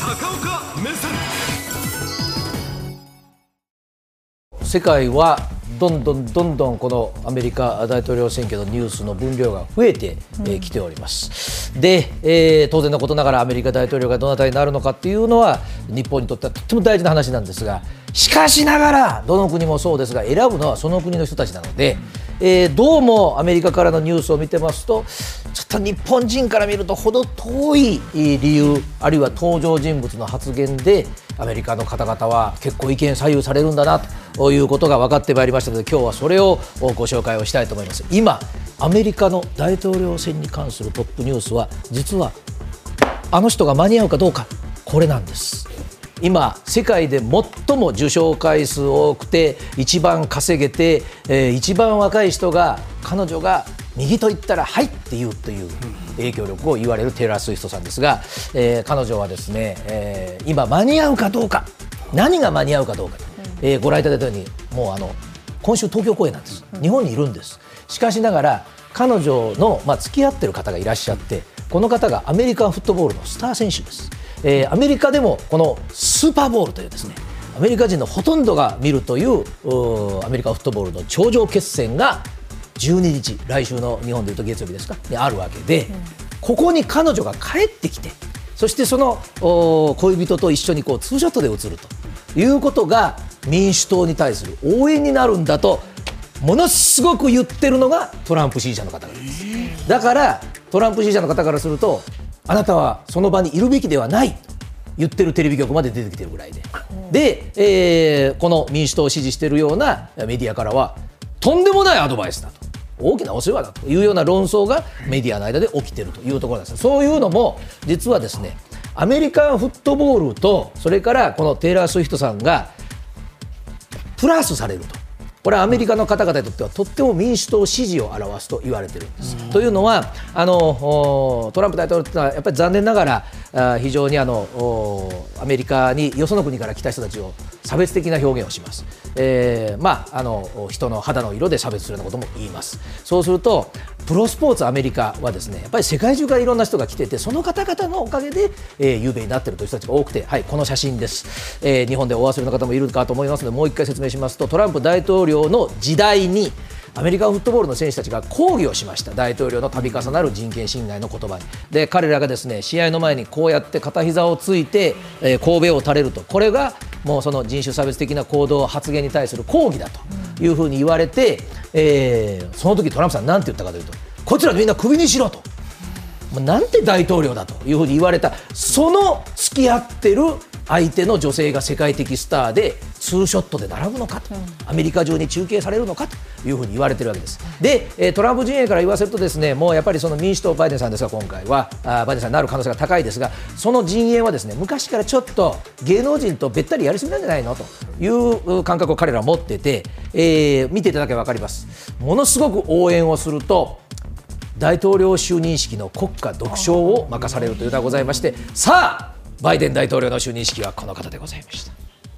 高岡目線。 世界はどんどんこのアメリカ大統領選挙のニュースの分量が増えてきております。で、当然のことながらアメリカ大統領がどなたになるのかっていうのは日本にとってはとっても大事な話なんですが、しかしながらどの国もそうですが選ぶのはその国の人たちなので、どうもアメリカからのニュースを見てますとちょっと日本人から見ると程遠い理由あるいは登場人物の発言でアメリカの方々は結構意見左右されるんだなということが分かってまいりましたので、今日はそれをご紹介をしたいと思います。今アメリカの大統領選に関するトップニュースは実はあの人が間に合うかどうか、これなんです。今世界で最も受賞回数多くて一番稼げて、一番若い人が彼女が右と言ったらはいって言うという影響力を言われるテイラー・スウィフトさんですが、彼女はですね、今間に合うかどうか、何が間に合うかどうか、ご覧いただいたようにもう今週東京公演なんです。日本にいるんです。しかしながら彼女の、付き合ってる方がいらっしゃって、この方がアメリカンフットボールのスター選手です。アメリカでもこのスーパーボウルというですね、アメリカ人のほとんどが見るというアメリカンフットボールの頂上決戦が12日、来週の日本でいうと月曜日ですかにあるわけで、ここに彼女が帰ってきて、そしてその恋人と一緒にこうツーショットで写るということが民主党に対する応援になるんだとものすごく言ってるのがトランプ支持者の方々です。だからトランプ支持者の方からすると、あなたはその場にいるべきではないと言ってるテレビ局まで出てきてるぐらいで、この民主党を支持しているようなメディアからはとんでもないアドバイスだと、大きなお世話だというような論争がメディアの間で起きているというところなんです。そういうのも実はですね、アメリカンフットボールとそれからこのテイラー・スウィフトさんがプラスされると、これはアメリカの方々にとってはとっても民主党支持を表すと言われているんです。というのはトランプ大統領というのはやっぱり残念ながら非常にアメリカによその国から来た人たちを差別的な表現をします。人の肌の色で差別するようなことも言います。そうするとプロスポーツアメリカはですね、やっぱり世界中からいろんな人が来てて、その方々のおかげで、有名になっているという人たちが多くて、はい、この写真です。日本でお忘れの方もいるかと思いますので、もう一回説明しますと、トランプ大統領の時代にアメリカンフットボールの選手たちが抗議をしました。大統領の度重なる人権侵害の言葉に。で、彼らがですね、試合の前にこうやって片膝をついて、神戸を垂れると、これがもうその人種差別的な行動発言に対する抗議だというふうに言われて、その時トランプさん何て言ったかというと、こちらみんなクビにしろと、なんて大統領だというふうに言われた。その付き合ってる相手の女性が世界的スターでツーショットで並ぶのかと、アメリカ中に中継されるのかというふうに言われているわけです。で、トランプ陣営から言わせるとですね、もうやっぱりその民主党バイデンさんですが、今回はバイデンさんになる可能性が高いですが、その陣営はですね、昔からちょっと芸能人とべったりやりすぎなんじゃないのという感覚を彼らは持ってて、見ていただけば分かります。ものすごく応援をすると大統領就任式の国歌独唱を任されるというのがございまして、さあバイデン大統領の就任式はこの方でございました。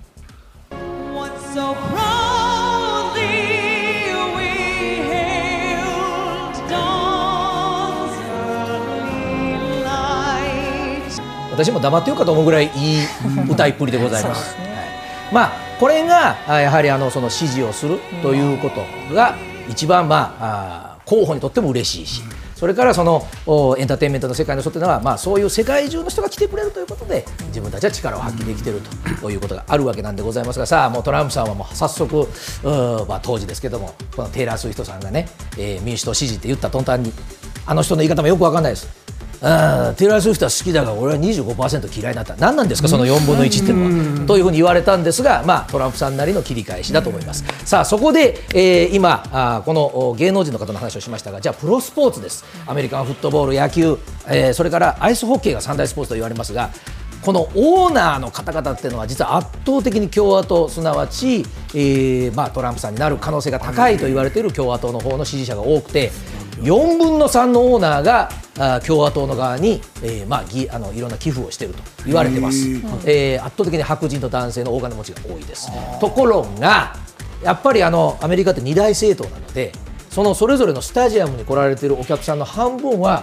私も黙ってようかと思うぐらいいい歌いっぷりでございます。これがやはりその支持をするということが一番候補にとっても嬉しいし、それからそのエンターテインメントの世界の人というのは、そういう世界中の人が来てくれるということで自分たちは力を発揮できているということがあるわけなんでございますが、さあもうトランプさんはもう早速当時ですけども、このテイラー・スウィフトさんがね、民主党支持って言った途端に、あの人の言い方もよく分かんないです。テイラー・スウィフトは好きだが俺は 25% 嫌いになった、何なんですかその4分の1っていうのはというふうに言われたんですが、トランプさんなりの切り返しだと思います。さあそこで、今この芸能人の方の話をしましたが、じゃあプロスポーツです。アメリカンフットボール、野球、それからアイスホッケーが三大スポーツと言われますが、このオーナーの方々っていうのは実は圧倒的に共和党、すなわち、トランプさんになる可能性が高いと言われている共和党の方の支持者が多くて、4分の3のオーナーが共和党の側に、いろんな寄付をしていると言われています。圧倒的に白人と男性の大金持ちが多いです。ところがやっぱりアメリカって二大政党なので、それぞれのスタジアムに来られているお客さんの半分は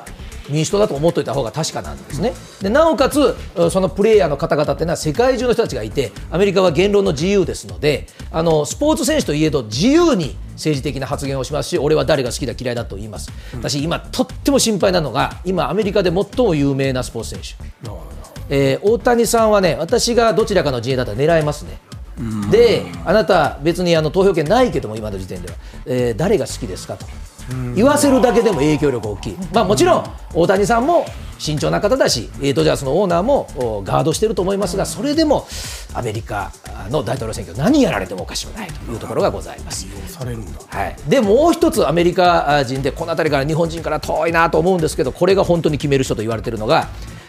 民主党だと思っておいた方が確かなんですね。でなおかつそのプレイヤーの方々っていうのは世界中の人たちがいて、アメリカは言論の自由ですので、スポーツ選手といえど自由に政治的な発言をしますし、俺は誰が好きだ嫌いだと言います。私今とっても心配なのが、今アメリカで最も有名なスポーツ選手、大谷さんはね、私がどちらかの陣営だったら狙いますね。であなた別に投票権ないけども今の時点では、誰が好きですかと言わせるだけでも影響力大きい。もちろん大谷さんも慎重な方だし、ドジャースのオーナーもガードしていると思いますが、それでもアメリカの大統領選挙何やられてもおかしくないというところがございます。はい、でもう一つアメリカ人でこの辺りから日本人から遠いなと思うんですけど、これが本当に決める人と言われているのが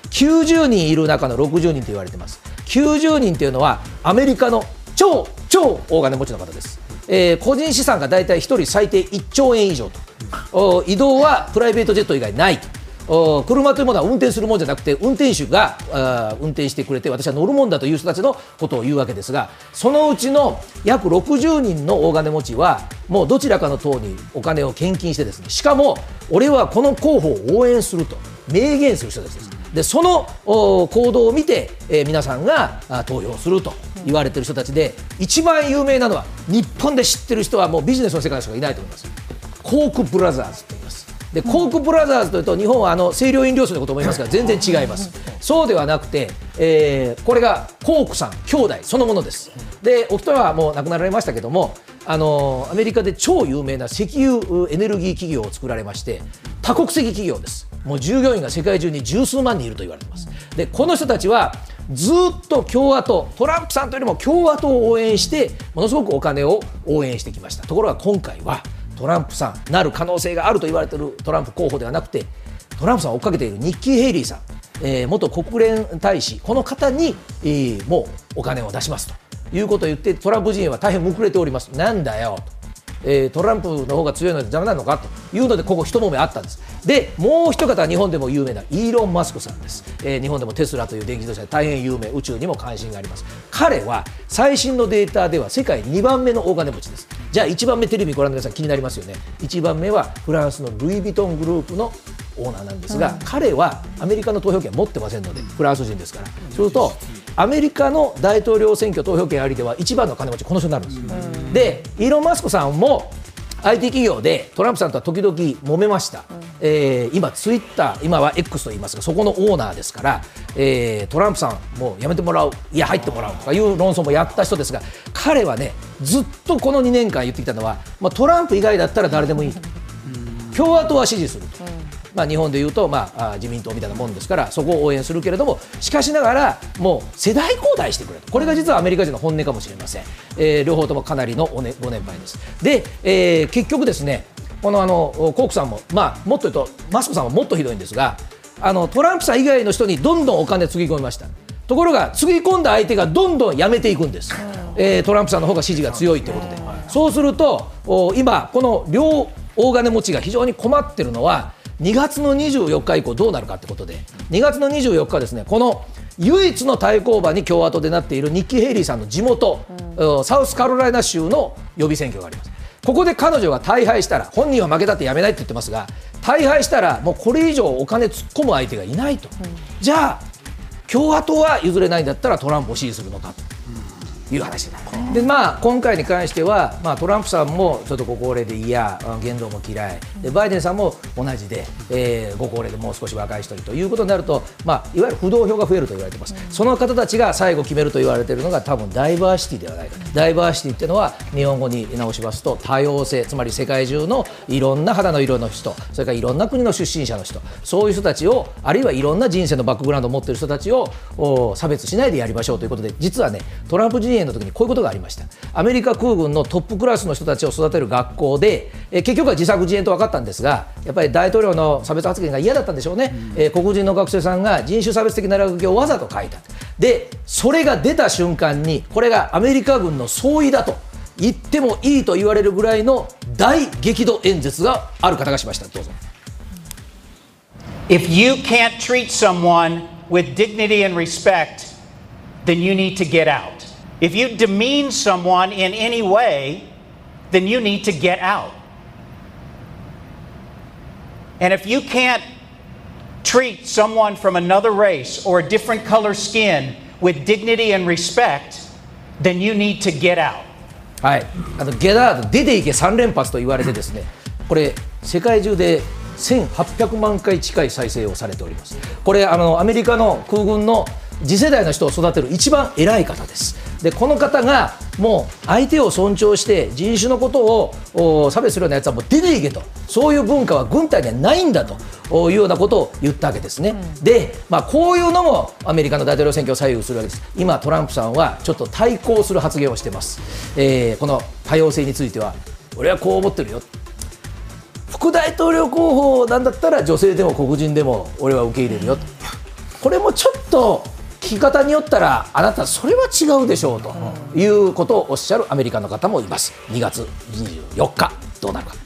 90人いる中の60人と言われています。90人というのはアメリカの超大金持ちの方です。個人資産がだいたい1人最低1兆円以上と、移動はプライベートジェット以外ないと、車というものは運転するものじゃなくて運転手が運転してくれて私は乗るもんだという人たちのことを言うわけですが、そのうちの約60人の大金持ちはもうどちらかの党にお金を献金してですね、しかも俺はこの候補を応援すると明言する人たちです。でその行動を見て、皆さんが投票すると言われている人たちで、一番有名なのは日本で知ってる人はもうビジネスの世界の人がいないと思います。コークブラザーズと言います。でコークブラザーズというと日本は清涼飲料水のことを思いますが全然違います。そうではなくて、これがコークさん兄弟そのものです。でお一人はもう亡くなられましたけども、アメリカで超有名な石油エネルギー企業を作られまして、多国籍企業です。もう従業員が世界中に十数万人いると言われています。でこの人たちはずっと共和党、トランプさんというよりも共和党を応援してものすごくお金を応援してきました。ところが今回はトランプさんなる可能性があると言われているトランプ候補ではなくて、トランプさんを追っかけているニッキー・ヘイリーさん、元国連大使、この方に、もうお金を出しますということを言って、トランプ陣営は大変むくれております。なんだよと、トランプの方が強いのでダメなのかというのでここ一揉めあったんです。でもう一方、日本でも有名なイーロン・マスクさんです。日本でもテスラという電気自動車で大変有名、宇宙にも関心があります。彼は最新のデータでは世界2番目の大金持ちです。じゃあ1番目、テレビご覧の皆さん気になりますよね。1番目はフランスのルイ・ヴィトングループのオーナーなんですが、彼はアメリカの投票権持ってませんので、フランス人ですから。そうするとアメリカの大統領選挙投票権ありでは一番の金持ちこの人になるんです。でイーロン・マスクさんも IT 企業でトランプさんとは時々揉めました。今ツイッター、今は X と言いますが、そこのオーナーですから、トランプさんもうやめてもらう、いや入ってもらうとかいう論争もやった人ですが、彼はねずっとこの2年間言ってきたのは、トランプ以外だったら誰でもいいと、共和党は支持すると、日本でいうと、自民党みたいなもんですからそこを応援するけれども、しかしながらもう世代交代してくれと、これが実はアメリカ人の本音かもしれません。両方ともかなりのご年配です。で、結局ですね、このコークさんも、もっと言うとマスクさんはもっとひどいんですが、トランプさん以外の人にどんどんお金つぎ込みました。ところがつぎ込んだ相手がどんどん辞めていくんです。トランプさんの方が支持が強いということで、そうすると今この両大金持ちが非常に困っているのは2月の24日以降どうなるかということで、2月の24日ですね、この唯一の対抗馬に共和党でなっているニッキー・ヘイリーさんの地元、サウスカロライナ州の予備選挙があります。ここで彼女が大敗したら、本人は負けたってやめないって言ってますが、大敗したらもうこれ以上お金突っ込む相手がいないと、じゃあ共和党は譲れないんだったらトランプを支持するのかという話になる。で今回に関しては、トランプさんもちょっとご高齢で嫌、言動も嫌いで、バイデンさんも同じで、ご高齢でもう少し若い人ということになると、いわゆる不動票が増えると言われています。その方たちが最後決めると言われているのが多分ダイバーシティではないか。ダイバーシティっていうのは日本語に直しますと多様性、つまり世界中のいろんな肌の色の人、それからいろんな国の出身者の人、そういう人たちを、あるいはいろんな人生のバックグラウンドを持っている人たちを差別しないでやりましょうということで、実はねトランプ陣営の時にこういうことがありました。アメリカ空軍のトップクラスの人たちを育てる学校で、結局は自作自演と分かったんですが、やっぱり大統領の差別発言が嫌だったんでしょうね。黒人の学生さんが人種差別的な落書きをわざと書いた。でそれが出た瞬間に、これがアメリカ軍の総意だと言ってもいいと言われるぐらいの大激怒演説がある方がしました。どうぞ。 If you can't treat someone with dignity and respect, then you need to get out. If you demean someone in any way, then you need to get out. And if you can't treat someone from another race or a different color skin with dignity and respect, then you need to get out. はい、ゲダード出ていけ3連発と言われてですね、これ世界中で1800万回近い再生をされております。これアメリカの空軍の次世代の人を育てる一番偉い方です。でこの方がもう相手を尊重して人種のことを差別するようなやつはもう出ていけと、そういう文化は軍隊にはないんだというようなことを言ったわけですね。で、こういうのもアメリカの大統領選挙を左右するわけです。今トランプさんはちょっと対抗する発言をしています。この多様性については俺はこう思ってるよ、副大統領候補なんだったら女性でも黒人でも俺は受け入れるよと。これもちょっと聞き方によったらあなたそれは違うでしょうということをおっしゃるアメリカの方もいます。2月24日どうなるか。